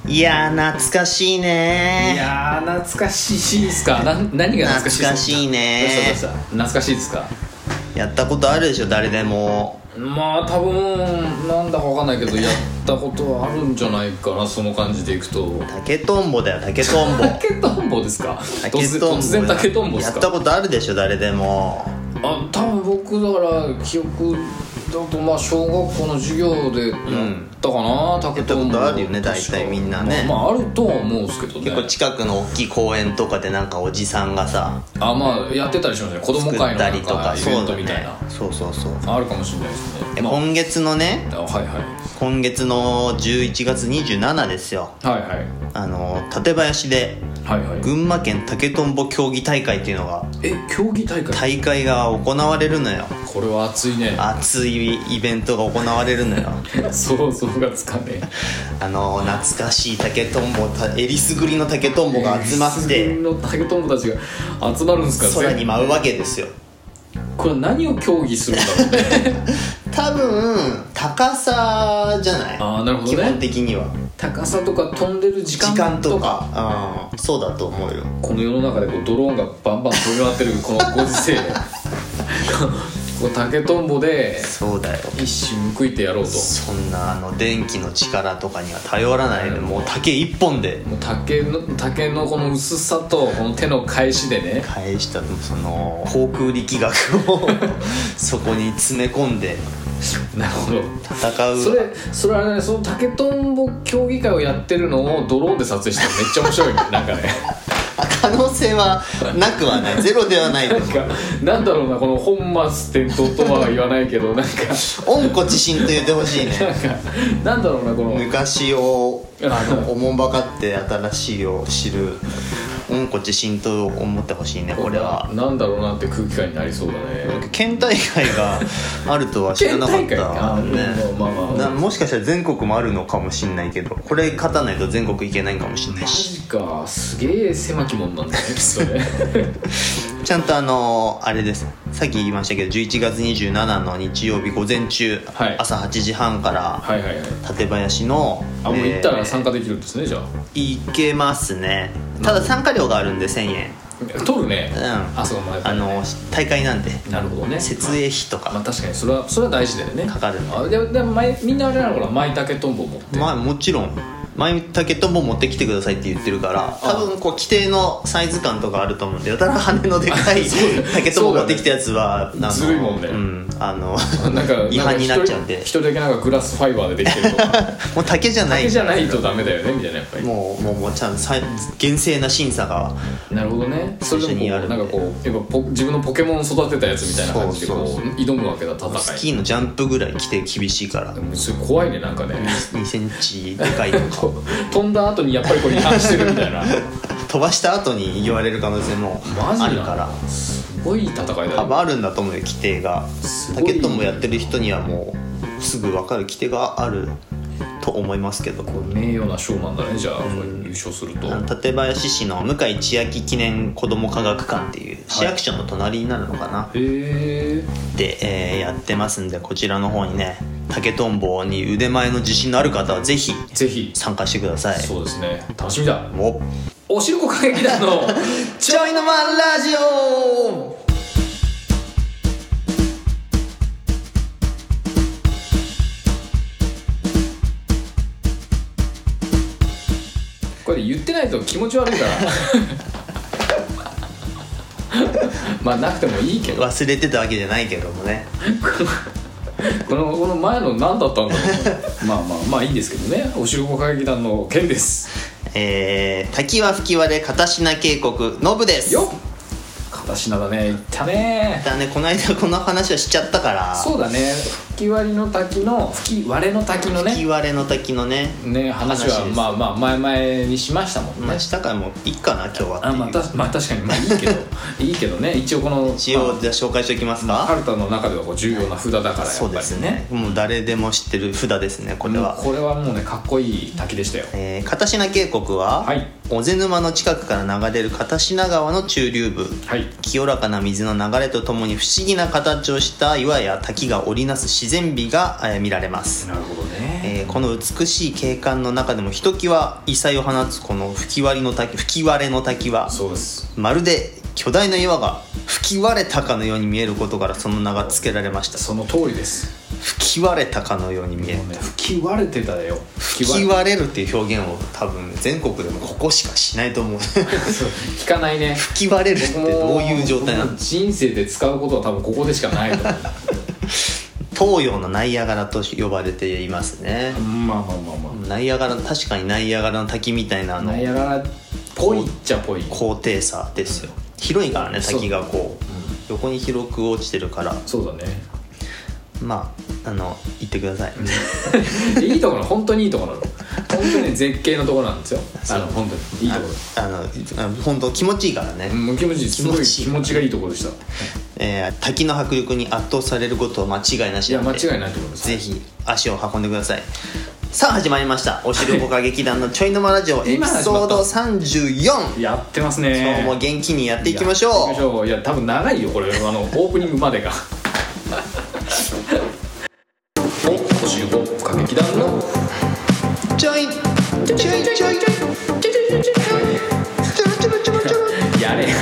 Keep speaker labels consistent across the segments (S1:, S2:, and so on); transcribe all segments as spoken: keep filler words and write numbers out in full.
S1: いやー懐かしいね。
S2: いやー懐かしいですか。な何が懐かしいですか。
S1: 懐かしいね。
S2: どうしたどうした懐かしいですか。
S1: やったことあるでしょ誰でも。
S2: まあ多分なんだか分かんないけどやったことはあるんじゃないかな。その感じでいくと
S1: 竹とんぼだよ竹とんぼ
S2: 竹とんぼですか。
S1: 竹とんぼ
S2: 突然竹とんぼですか。
S1: やったことあるでしょ誰でも。
S2: あ多分僕だから記憶だとまあ小学校の授業でやったかな、うん、竹とんぼ。
S1: やったことあるよね大体みんなね。
S2: まあ、まあ、あるとは思うんですけどね。
S1: 結構近くの大きい公園とかでなんかおじさんがさ
S2: あまあやってたりしますね。子供会のなんかイベントみたいな。
S1: そうそうそう
S2: あるかもしれないですね。
S1: まあ、今月のね
S2: あはいはい
S1: 今月のじゅういちがつにじゅうしちですよ。
S2: はいはい
S1: あの館林で
S2: はいはい
S1: 群馬県竹とんぼ競技大会っていうのが
S2: え競技大会
S1: 大会が行われるのよ。
S2: これは熱いね。
S1: 熱いイベントが行われるのよ
S2: 想像がつかね
S1: あの懐かしい竹とんぼえりすぐりの竹とんぼが集まって
S2: えりすぐりの竹とんぼたちが集まるんですか。
S1: 空に舞うわけですよ。
S2: これは何を競技するんだろうね
S1: 多分高さじゃない。
S2: あーなるほどね。
S1: 基本的には
S2: 高さとか飛んでる時間
S1: 時間とか
S2: とか
S1: あそうだと思うよ。
S2: この世の中でこうドローンがバンバン飛び回ってるこのご時世でこう竹とんぼで
S1: そうだよ。
S2: 一矢報いてやろうと。
S1: そんなあの電気の力とかには頼らないでもう竹一本で
S2: もう竹の竹のこの薄さとこの手の返しでね
S1: 返したその航空力学をそこに詰め込んで
S2: なるほど
S1: 戦う。
S2: それそれはねその竹とんぼ競技会をやってるのをドローンで撮影したらめっちゃ面白いねなんかね
S1: 可能性はなくはないゼロではない
S2: なんかなんだろうなこの本末転倒とは言わないけどなんか
S1: 温故知新と言ってほしいね
S2: なんかなんだろうなこの
S1: 昔をあのおもんばかって新しいを知る温故知新と思ってほしいねこれは。
S2: なんだろうなって空気感になりそうだね。
S1: 県大会があるとは知らなかった
S2: 県大会か、
S1: ね、
S2: まあまあまあ
S1: なもしかしたら全国もあるのかもしれないけどこれ勝たないと全国行けないかもしれない
S2: マ
S1: し。
S2: ジかすげえ狭き門なんだねそれ
S1: ちゃんとあのあれですさっき言いましたけどじゅういちがつにじゅうしちの日曜日午前中、はい、朝はちじはんから
S2: はいはいはい
S1: 館林の
S2: あ、もう行ったら参加できるんですね。じゃあ
S1: 行けますね。ただ参加料があるんでせんえん
S2: 取るね。
S1: うん
S2: あそうま
S1: あの大会なんで
S2: なるほどね。
S1: 設営費とか、
S2: まあ、確かにそれはそれは大事だよね。
S1: かかるんで。
S2: あでもでも前みんなあれなのかな舞竹とんぼ持って
S1: まあもちろん舞竹とんぼ持ってきてくださいって言ってるから多分こう規定のサイズ感とかあると思うんでやたら羽のでかい竹とんぼ持ってきたやつは
S2: ずるいもんね、
S1: うん、あの
S2: なんか
S1: 違反になっちゃうんで
S2: 一人だけなんかグラスファイバーでできてるとか
S1: もう竹じゃない
S2: 竹じゃないとダメだよねみたいなやっぱり
S1: もうもうもうちゃんと厳正な審査が
S2: なるほどね。それでもこうなんかこうやっぱポ自分のポケモン育てたやつみたいな感じでこう
S1: そうそうそう
S2: 挑むわけだ戦い。
S1: スキーのジャンプぐらい規定厳しいから
S2: でもそれ怖いねなんかね
S1: にセンチでかいとか
S2: 飛んだ後にやっぱりこれ違反してるみたいな
S1: 飛ばした後に言われる可能性もあるから
S2: すごい戦いだね。
S1: 多分あるんだと思うよ規定が。竹とんぼやってる人にはもうすぐ分かる規定があると思いますけど
S2: これ名誉な賞なんだねじゃあ、うん、優勝すると。
S1: 館林市の向井千秋記念子ども科学館っていう市役所の隣になるのかな、はい、
S2: へ
S1: で、えー、やってますんでこちらの方にね竹とんぼに腕前の自信のある方はぜひ
S2: ぜひ
S1: 参加してください。
S2: そうですね楽しみだ。
S1: お
S2: おしるこ歌劇団の
S1: ちょいのまラジオ。
S2: これ言ってないと気持ち悪いからまあなくてもいいけど
S1: 忘れてたわけじゃないけどもね
S2: このこの前の何だったんだろうまあまあまあいいんですけどね。おしるこ歌劇団のケンです。
S1: えー、滝は吹き割れ片品渓谷のぶです。
S2: よっ片品だね行ったね
S1: だねこの間この話はしちゃったから。
S2: そうだね吹き割りの滝の吹き割れの滝のね
S1: 吹き割れの滝のね
S2: ね話はまあまあ前々にしましたもんね。
S1: まあしたからもういいかな今日はっていう。
S2: あ、まあ、たまあ確かにまあいいけどいいけどね一応この
S1: 一応じゃあ紹介しておきますか。
S2: カルタの中ではこう重要な札だからやっぱりね。
S1: そうですねもう誰でも知ってる札ですねこれは。
S2: これはもうねかっこいい滝でしたよ。
S1: えー、片品渓谷は、はい、尾瀬沼の近くから流れる片品川の中流部、はい、清らかな水の流れとともに不思議な形をした岩や滝が織りなす自然美が、えー、見られます。
S2: なるほどね。
S1: えー、 この美しい景観の中でもひときわ異彩を放つこの吹き割りの滝、吹き割れの滝は
S2: そうです、
S1: まるで巨大な岩が吹き割れたかのように見えることからその名が付けられました。
S2: その通りです。
S1: 吹き割れたかのように見える、
S2: もうね、吹き割れてたよ。
S1: 吹き割れるっていう表現を多分全国でもここしかしないと思う
S2: 聞かないね。
S1: 吹き割れるってどういう状態なの？
S2: 人生で使うことは多分ここでしかないと思う
S1: 東洋のナイアガラと呼ばれていますね。
S2: まあまあまあまあ、
S1: ナイアガラ、確かにナイアガラの滝みたいなあの
S2: ナイアガラっぽいっちゃぽい
S1: 高低差ですよ。広いからね、滝がこう、うん、横に広く落ちてるから。
S2: そうだね。
S1: まああの行ってください
S2: いいところ、本当にいいところなの。本当に絶景のところなんですよ。あの本当にいいところ。
S1: あのあの本当気持ちいいからね。
S2: もう気持ちいい。すごい気持ちがいいところでした。
S1: えー、滝の迫力に圧倒されることは間違いなしなので、
S2: いや間違いないと思います。
S1: ぜひ足を運んでください。さあ始まりましたおしるこ歌劇団のちょいのまラジオエピソードさんじゅうよん。
S2: やってますね。
S1: 今日も元気にやっていきましょう。やっていきましょう。
S2: いや多分長いよこれ、あのオープニングまでがおしるこ歌劇団の
S1: ちょいちょいちょいちょいちょいちょいちょいちょいちょいちょいちょい
S2: やれ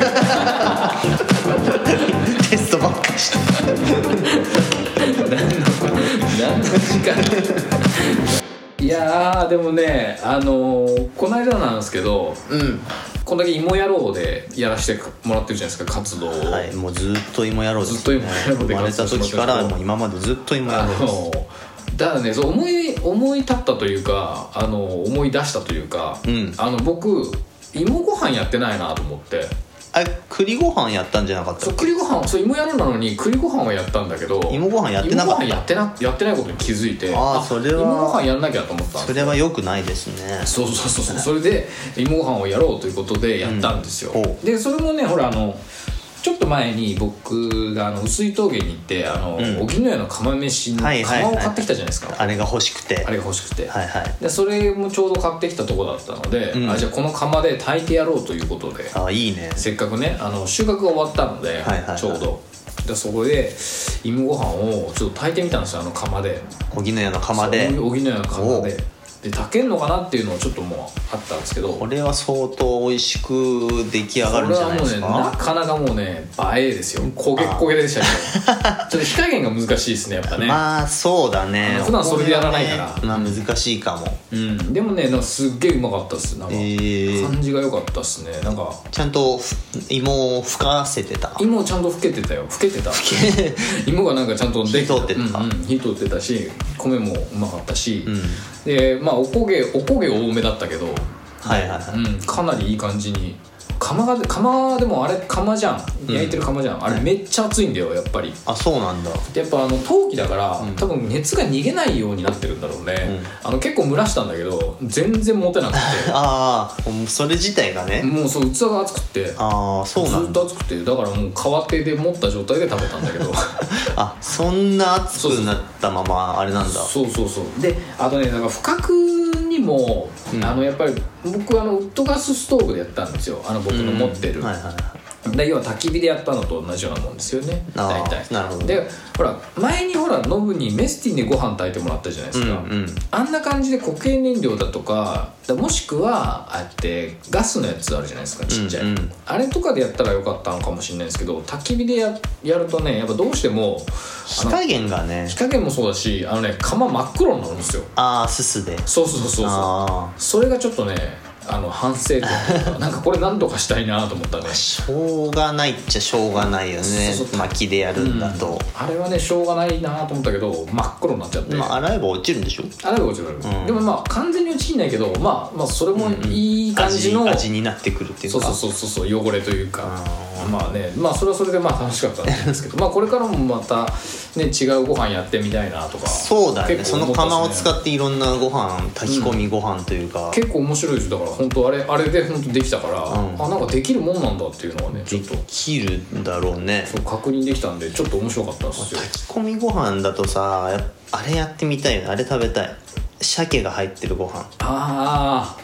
S1: テストばっかりした
S2: 何の何の時間いやーでもね、あのー、この間なんですけど、
S1: うん、
S2: こんだけ芋野郎でやらせてもらってるじゃないですか、活動を。
S1: はい、もうずっと芋野郎です、ね、
S2: ずっと芋野郎で
S1: 生まれた時からもう今までずっと芋野郎です。
S2: あのだからね、そう思い思い立ったというか、あの思い出したというか、うん、あの僕芋ご飯やってないなと思って。
S1: あれ栗ご飯やったんじゃなかったっけ？
S2: そう栗ご飯、そう芋やるなのに栗ご飯はやったんだけど、
S1: 芋ご飯やってなかった。
S2: 芋ご飯やってなやってないことに気づいて、
S1: ああそれは
S2: 芋ご飯やんなきゃと思ったんです。
S1: それは良くないですね。
S2: そうそうそうそうそれで芋ご飯をやろうということでやったんですよ。うん、でそれもね、ほらあのちょっと前に僕があの碓氷峠に行ってあの、うん、荻野屋の釜飯の釜を買ってきたじゃないですか、はいはいはい、
S1: あれが欲しくて
S2: あれが欲しくて、
S1: はいはい、
S2: でそれもちょうど買ってきたとこだったので、うん、あじゃあこの釜で炊いてやろうということで、
S1: あいいね、
S2: せっかくねあの収穫が終わったので、はいはいはい、ちょうどでそこで芋ご飯をちょっと炊いてみたんですよ、あの釜で、
S1: 荻野屋の釜で
S2: 荻野屋の釜でで炊けんのかなっていうのをちょっともうあったんですけど、
S1: これは相当美味しく出来上がるんじゃないですか。
S2: これはもうねなかなかもうね映えですよ、焦げ焦げでしたけどちょっと火加減が難しいですねやっぱね。
S1: まあそうだね、
S2: 普段それでやらないから、
S1: ね、まあ難しいかも、
S2: うん、でもねなんかすっげえうまかったっす、なんか、えー、感じが良かったっすね。なんか
S1: ちゃんと芋をふかせてた、
S2: 芋ちゃんとふけてたよ、ふけてた芋がなんかちゃんとでき
S1: 火通ってた、
S2: うんうん、火通ってたし米もうまかったし、
S1: うん、
S2: でまあおこげおこげ多めだったけど、
S1: はいはいはい、
S2: うん、かなりいい感じに釜が釜でもあれ釜じゃん、焼いてる釜じゃん、うん、あれめっちゃ熱いんだよやっぱり。あ
S1: そうなんだ。
S2: でやっぱあの陶器だから、うん、多分熱が逃げないようになってるんだろうね、うん、あの結構蒸らしたんだけど全然持てなくて
S1: ああそれ自体がね
S2: もうそう器が熱くて、
S1: ああそうなんだ、
S2: ずっと熱くてだからもう皮手で持った状態で食べたんだけど
S1: あそんな熱くなったままあれなんだ。
S2: そうそうそうであとねなんか不覚にも、うん、あのやっぱり僕あのウッドガスストーブでやったんですよ、あの僕の持ってる、うんはいはいはい、で要は焚き火でやったのと同じようなもんですよね大体。
S1: なるほど。
S2: でほら前にほらノブにメスティンでご飯炊いてもらったじゃないですか、うんうん、あんな感じで固形燃料だとかもしくはあってガスのやつあるじゃないですかちっちゃい、うんうん、あれとかでやったらよかったのかもしれないですけど焚き火で や, やるとねやっぱどうしても
S1: 火加減がね
S2: 火加減もそうだしあのね釜真っ黒になるんですよ。
S1: ああすすで
S2: そうそうそうそうそうそれがちょっとねあの反省というかなんかこれ何とかしたいなと思ったね
S1: しょうがないっちゃしょうがないよね、そうそう薪でやるんだと、うん、あ
S2: れはねしょうがないなと思ったけど真っ黒になっちゃって、
S1: まあ、洗えば落ちるんでしょ。
S2: 洗えば落ちる、うん、でもまあ完全に落ちきんないけど、まあ、まあそれもいい感じの、
S1: うんうん、味, 味になってくるっていうか
S2: そうそうそうそう汚れというかまあねまあそれはそれでまあ楽しかったんですけどまあこれからもまたね違うご飯やってみたいなとか。
S1: そうだね、その釜を使っていろんなご飯炊き込みご飯というか、
S2: うん、結構面白いですだから本当あれあれで本当できたから、うん、あなんかできるもんなんだっていうのはねちょっと
S1: できるんだろうね。
S2: そう確認できたんでちょっと面白かったんですよ。
S1: 炊き込みご飯だとさあれやってみたいよね。あれ食べたい、鮭が入ってるご飯。
S2: ああ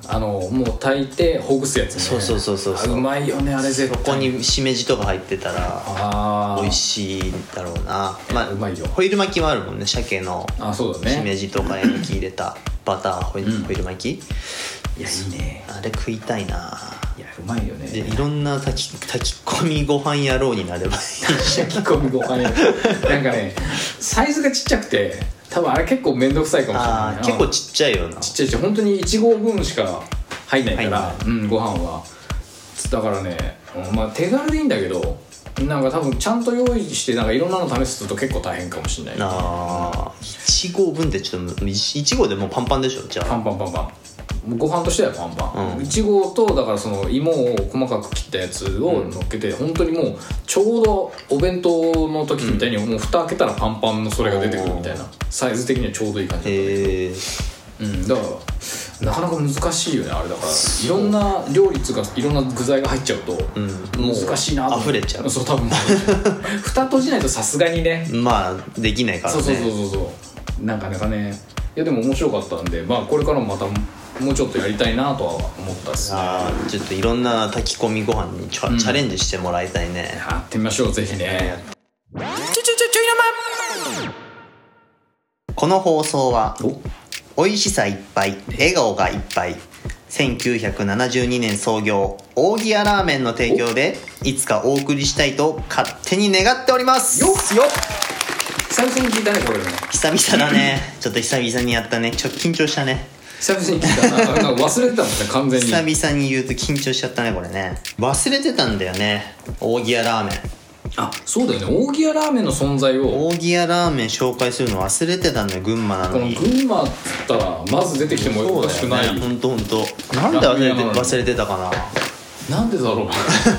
S2: あのもう炊いてほぐすやつね。
S1: そうそうそうそうそう。
S2: うまいよねあれ絶対。
S1: そこにしめじとか入ってたら美味しいんだろうな。まあ
S2: うまいよ。
S1: ホイル巻きもあるもんね、鮭の
S2: あそうだね。
S1: しめじとかえのき入れたバターホイル、うん、ホイル巻き。
S2: いやいいね。
S1: あれ食いたいな。
S2: いやうまいよね。
S1: でいろんな炊き炊き込みご飯野郎になればいい。
S2: 炊き込みご飯野郎。なんかねサイズがちっちゃくて多分あれ結構面倒くさいかもしれない。
S1: あ結構ちっちゃいよな。
S2: ちっちゃいちっちゃい本当にいち合分しか入んないから、うん、ご飯はだからね、まあ、手軽でいいんだけどなんか多分ちゃんと用意してなんかいろんなの試すと結構大変かもしれない。
S1: ああいち合分ってちょっといち合でもうパンパンでしょ。じゃあ
S2: パンパンパンパンご飯としてはパンパン、うん、いち合とだからその芋を細かく切ったやつを乗っけて、うん、本当にもうちょうどお弁当の時みたいにもう蓋開けたらパンパンのそれが出てくるみたいな、サイズ的にはちょうどいい感じだったんだけど、うん、だからなかなか難しいよねあれだからいろんな料理つかいろんな具材が入っちゃうと難しいなと、
S1: うん、溢れちゃう。
S2: そう多分蓋閉じないとさすがにね
S1: まあできないからね。
S2: そうそうそうそうなかなかね。いやでも面白かったんでまあこれからもまたもうちょっとやりたいなとは思ったっすね。
S1: あちょっといろんな炊き込みご飯にチャ、うん、チャレンジしてもらいたいね。
S2: やってみましょうぜひね。
S1: この放送は美味しさいっぱい笑顔がいっぱいせんきゅうひゃくななじゅうにねん創業扇屋ラーメンの提供でいつかお送りしたいと勝手に願っております。
S2: よっよっ久々に聞いたねこれね。
S1: 久々だねちょっと久々にやったね。ちょっと緊張したね。
S2: 久々に聞いたな。なんか忘れてたもんね完全に。
S1: 久々に言うと緊張しちゃったねこれね。忘れてたんだよね扇屋ラーメン。
S2: あそうだよね扇屋ラーメンの存在を
S1: 扇屋ラーメン紹介するの忘れてたんだよ。群馬なのに。
S2: この群馬っつったらまず出てきてもおかしくない。
S1: ほんとほんとなんで忘れて忘れてたか
S2: な。なんでだろう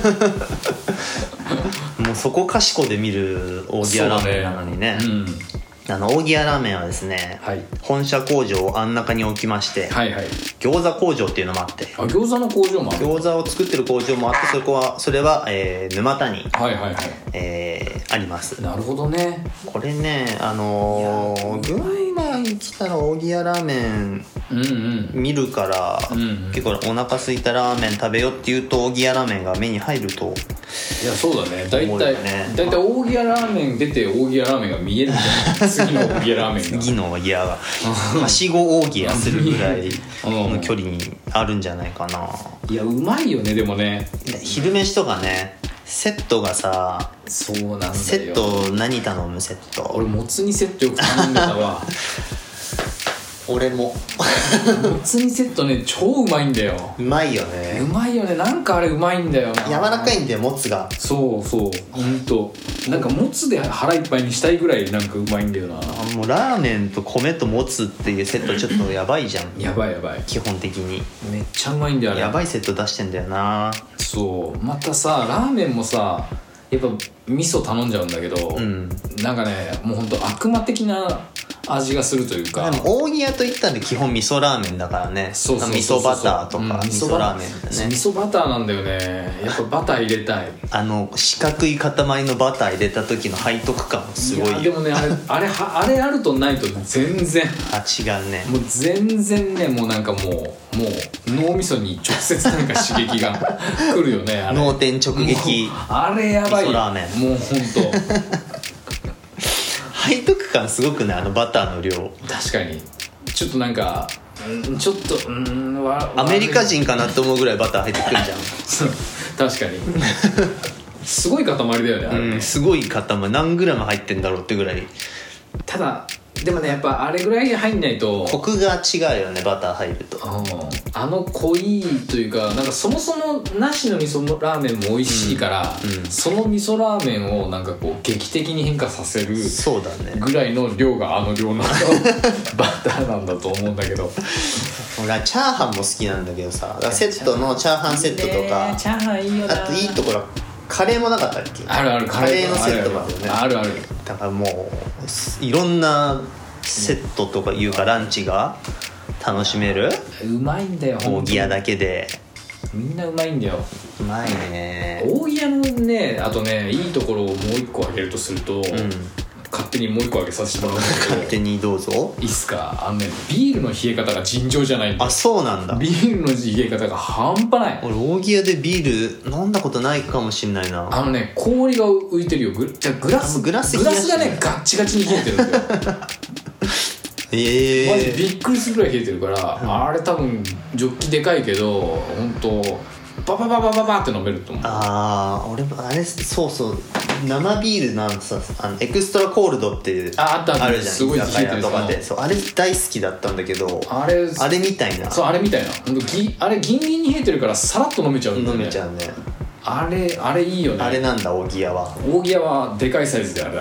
S1: もうそこかしこで見る扇屋ラーメンなのにね。あの扇屋ラーメンはですね、はい、本社工場をあん中に置きまして、はいはい、餃子工場っていうのもあって。
S2: あ餃子の工場もある。
S1: 餃子を作ってる工場もあってそこはそれは、えー、沼田に、はいはいはいえー、あります。
S2: なるほどね。
S1: これねあのー、群馬に来たら扇屋ラーメン見るから、うんうん、結構お腹空いたラーメン食べよっていうと扇屋ラーメンが目に入ると。
S2: いやそうだね大体ね大体扇屋ラーメン出て扇屋ラーメンが見えるみたいな次の扇屋ラーメンが
S1: 次の扇屋がはしご扇屋するぐらいの距離にあるんじゃないかな。
S2: いやうまいよねでもね
S1: 昼飯とかねセットがさ
S2: そうなんだよ。
S1: セット何頼むセット。
S2: 俺もつ煮セットよく頼んでたわ
S1: 俺も
S2: もつ煮セットね超うまいんだよ。
S1: うまいよね。
S2: うまいよねなんかあれうまいんだよな。
S1: 柔らかいんだよもつが。
S2: そうそうほんとなんかもつで腹いっぱいにしたいぐらいなんかうまいんだよな。
S1: あもうラーメンと米ともつっていうセットちょっとやばいじゃん
S2: やばいやばい
S1: 基本的に
S2: めっちゃうまいんだよあれ。
S1: やばいセット出してんだよな。
S2: そうまたさラーメンもさやっぱ味噌頼んじゃうんだけど、うん、なんかねもうほんと悪魔的な味がするというか。
S1: でも扇屋といったら基本味噌ラーメンだからね。そうそうそうそう味噌バターとか、うん、味噌ラーメンだね。
S2: 味噌バターなんだよねやっぱバター入れたい
S1: あの四角い塊のバター入れた時の背徳感もすごいよ。
S2: いやでもねあれあれはあれあるとないと全然
S1: あ違うね。
S2: もう全然ねもうなんかもうもう脳みそに直接なんか刺激が来るよねあれ
S1: 脳天直撃
S2: あれやばい
S1: 味噌ラーメン
S2: もうほんと
S1: 背徳感すごくねあのバターの量。
S2: 確かにちょっとなんかちょっとうんわ
S1: アメリカ人かなって思うぐらいバター入ってくるじゃん
S2: 確かにすごい塊だよねあれね、
S1: うん、すごい塊何グラム入ってんだろうってぐらい。
S2: ただでもねやっぱあれぐらい入んないと
S1: コクが違うよねバター入ると。
S2: あの濃いというかなんかそもそもなしの味噌ラーメンも美味しいから、うんうん、その味噌ラーメンをなんかこう劇的に変化させる
S1: そうだね
S2: ぐらいの量があの量のバターなんだと思うんだけど
S1: 俺はチャーハンも好きなんだけどさセットのチャーハンセットとか
S2: いいチャーハンいいよな。
S1: あといいところカレーもなかったっけ。
S2: あるある
S1: カレーのセットもあるよね。
S2: あるある
S1: だからもういろんなセットとかいうかランチが楽しめる
S2: うまいんだよ
S1: 扇屋だけで
S2: みんなうまいんだよ。
S1: うまいね
S2: 扇屋のねあとねいいところをもう一個挙げるとすると、うん、 勝手にもう一個あげさせてもらうんですけど
S1: 勝手にどうぞ。
S2: いいっすか。あのねビールの冷え方が尋常じゃないんだ。
S1: あ、そうなんだ。
S2: ビールの冷え方が半端ない。
S1: 俺扇屋でビール飲んだことないかもしんないな。
S2: あのね氷が浮いてるよ。グじゃグラス
S1: グラス
S2: グラスがねガッチガチに冷えてるんだよ
S1: ええー、
S2: マジびっくりするぐらい冷えてるから、うん、あれ多分ジョッキでかいけど本当ババババババって飲めると思う。
S1: ああ、俺あれそうそう生ビールなんてさ、あのエクストラコールドっていう
S2: ああった
S1: あるじゃん。
S2: すごい冷えてる
S1: とかで、そうあれ大好きだったんだけど、
S2: あれ
S1: あれみたいな。
S2: そうあれみたいな。ぎあれギンギンに冷えてるからさらっと飲めちゃうんだよね。
S1: 飲めちゃうね。
S2: あれあれいいよね。
S1: あれなんだ扇屋は。
S2: 扇屋はでかいサイズであれだ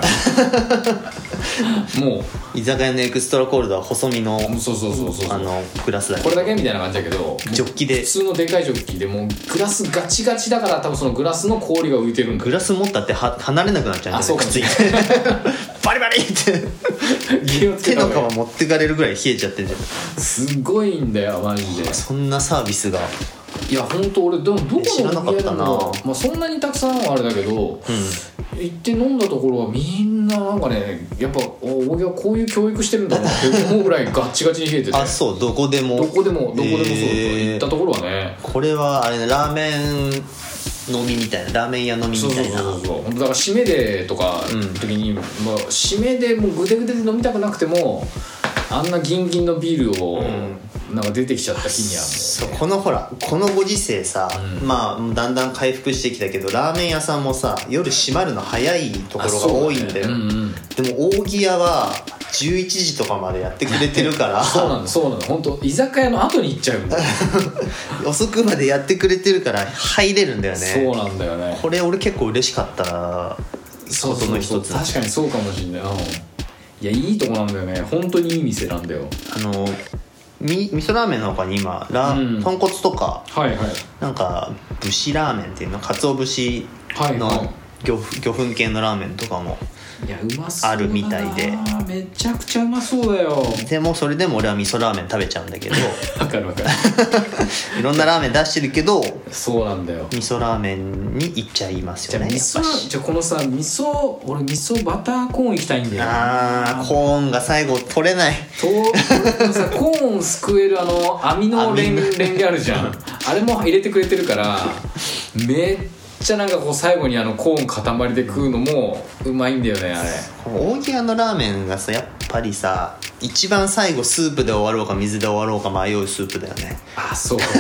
S2: も
S1: う居酒屋のエクストラコールドは細身の
S2: そうそうそうそう
S1: あのグラスだけ
S2: これだけみたいな感じだけど
S1: ジョッキで
S2: 普通のでかいジョッキでもうグラスガチガチだから多分そのグラスの氷が浮いてるんだ。
S1: グラス持ったっては離れなくなっちゃうんだよね。
S2: あそうかもしれない
S1: バリバリって手の皮持ってかれるぐらい冷えちゃってるじゃん。
S2: すごいんだよマジで。
S1: そんなサービスが。
S2: いや本当俺でもどこ
S1: 知らなかったな。
S2: まあ、そんなにたくさんはあれだけど、うん、行って飲んだところはみんななんかねやっぱ扇屋こういう教育してるんだなって思うぐらいガッチガチに冷えててあ
S1: そうどこでも
S2: どこでもどこでもそう、えー、行ったところはね。
S1: これはあれねラーメン飲みみたいなラーメン屋飲みみたいな。そうそうそう
S2: そうだから締めでとかの時に、うんまあ、締めでもうグデグデで飲みたくなくてもあんなギンギンのビールを、うんなんか出てきちゃった日にはもう、ね、
S1: そうこのほらこのご時世さ、うん、まあだんだん回復してきたけどラーメン屋さんもさ夜閉まるの早いところが多いんだよ。だ、ねうんうん、でも扇屋はじゅういちじとかまでやってくれてるから
S2: そうなのそうなの本当居酒屋の後に行っちゃうんだ
S1: 遅くまでやってくれてるから入れるんだよね。
S2: そうなんだよね。
S1: これ俺結構嬉しかったことの一つ。
S2: そうそうそう確かにそうかもしんない。いやいいとこなんだよね。本当にいい店なんだよ。
S1: あのみ味噌ラーメンの他に今ラ、うん、豚骨とか、
S2: はいはい、
S1: なんか節ラーメンっていうの鰹節の魚、はいはい、魚粉系のラーメンとかも
S2: いやうまそう
S1: あるみたいで
S2: めちゃくちゃうまそうだよ。
S1: でもそれでも俺は味噌ラーメン食べちゃうんだけど
S2: わかるわかる
S1: いろんなラーメン出してるけど
S2: そうなんだよ
S1: 味噌ラーメンに行っちゃいますよね。
S2: じゃあ味噌じゃあこのさ味噌俺味噌バターコーン行きたいんだよ。
S1: あーコーンが最後取れない
S2: とさコーンすくえるあの網のレンレンゲあるじゃんあれも入れてくれてるからめっちゃなんかこう最後にあのコーン塊で食うのもうまいんだよねあれ。
S1: 扇屋のラーメンがさやっぱりさ一番最後スープで終わろうか水で終わろうか迷うスープだよね。
S2: あそうか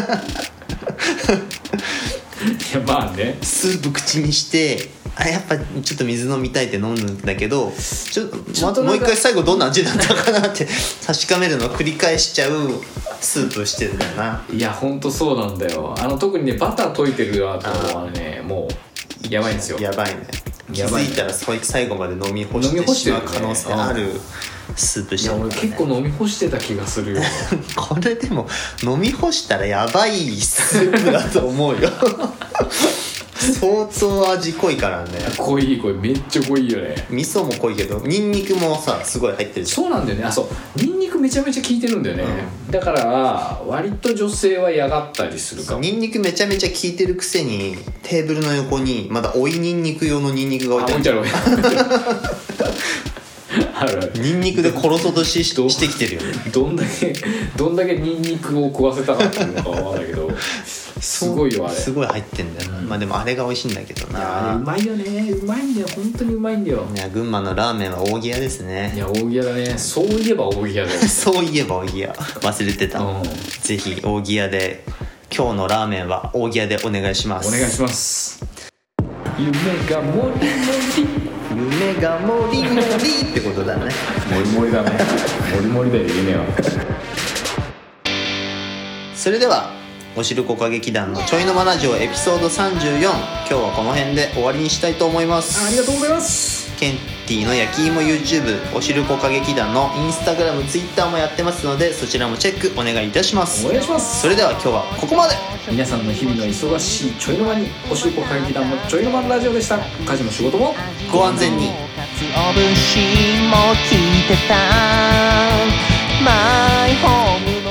S2: いやまあね
S1: スープ口にしてあやっぱちょっと水飲みたいって飲むんだけどちょっと、ちょっともう一回最後どんな味だったかなって確かめるのを繰り返しちゃうスープしてるんだよな。
S2: いやほんとそうなんだよ。あの特にねバター溶いてる後はねもうやばいんですよ。
S1: やばいね。気づいたら最後まで飲み干してしまう可能性あるスープしてるからね。
S2: いや俺結構飲み干してた気がするよ
S1: これでも飲み干したらやばいスープだと思うよ相当味濃いからね。
S2: 濃い濃いめっちゃ濃いよね。
S1: 味噌も濃いけどニンニクもさすごい入ってるじゃん。
S2: そうなんだよね。あそうニンニクめちゃめちゃ効いてるんだよね、うん、だから割と女性は嫌がったりするかも。
S1: ニンニクめちゃめちゃ効いてるくせにテーブルの横にまだ追いニンニク用のニンニクが置いてある。あるあるニンニクで殺そうと し, してきてるよね。
S2: どんだけどんだけニンニクを食わせたかっていうのかわかんないけどすごいよあれ。
S1: すごい入ってんだよ、うん、まあでもあれが美味しいんだけどな。
S2: いやあれうまいよね。うまいんだよ本当にうまいんだよ。
S1: いや群馬のラーメンは扇屋ですね。
S2: いや扇屋だね。そういえば扇屋だよ
S1: そういえば扇屋忘れてた、うん、ぜひ扇屋で今日のラーメンは扇屋でお願いします。
S2: お願いします。夢がもりもり
S1: 夢がもりもりってことだね。
S2: もりもりだねもりもりだよ夢は
S1: それではおしるこ歌劇団のちょいのまラジオエピソードさんじゅうよん、今日はこの辺で終わりにしたいと思います。
S2: あ, ありがとうございます。
S1: ケンティの焼き芋 YouTube、 おしるこ歌劇団の Instagram、Twitter もやってますのでそちらもチェックお願いいたします。
S2: お願いします。
S1: それでは今日はここまで。
S2: 皆さんの日々の忙しいちょいの間におしるこ歌劇団のちょいの間ラジオでした。家事も仕事も
S1: ご安全に。
S3: 鰹節も聞いてたマイホーム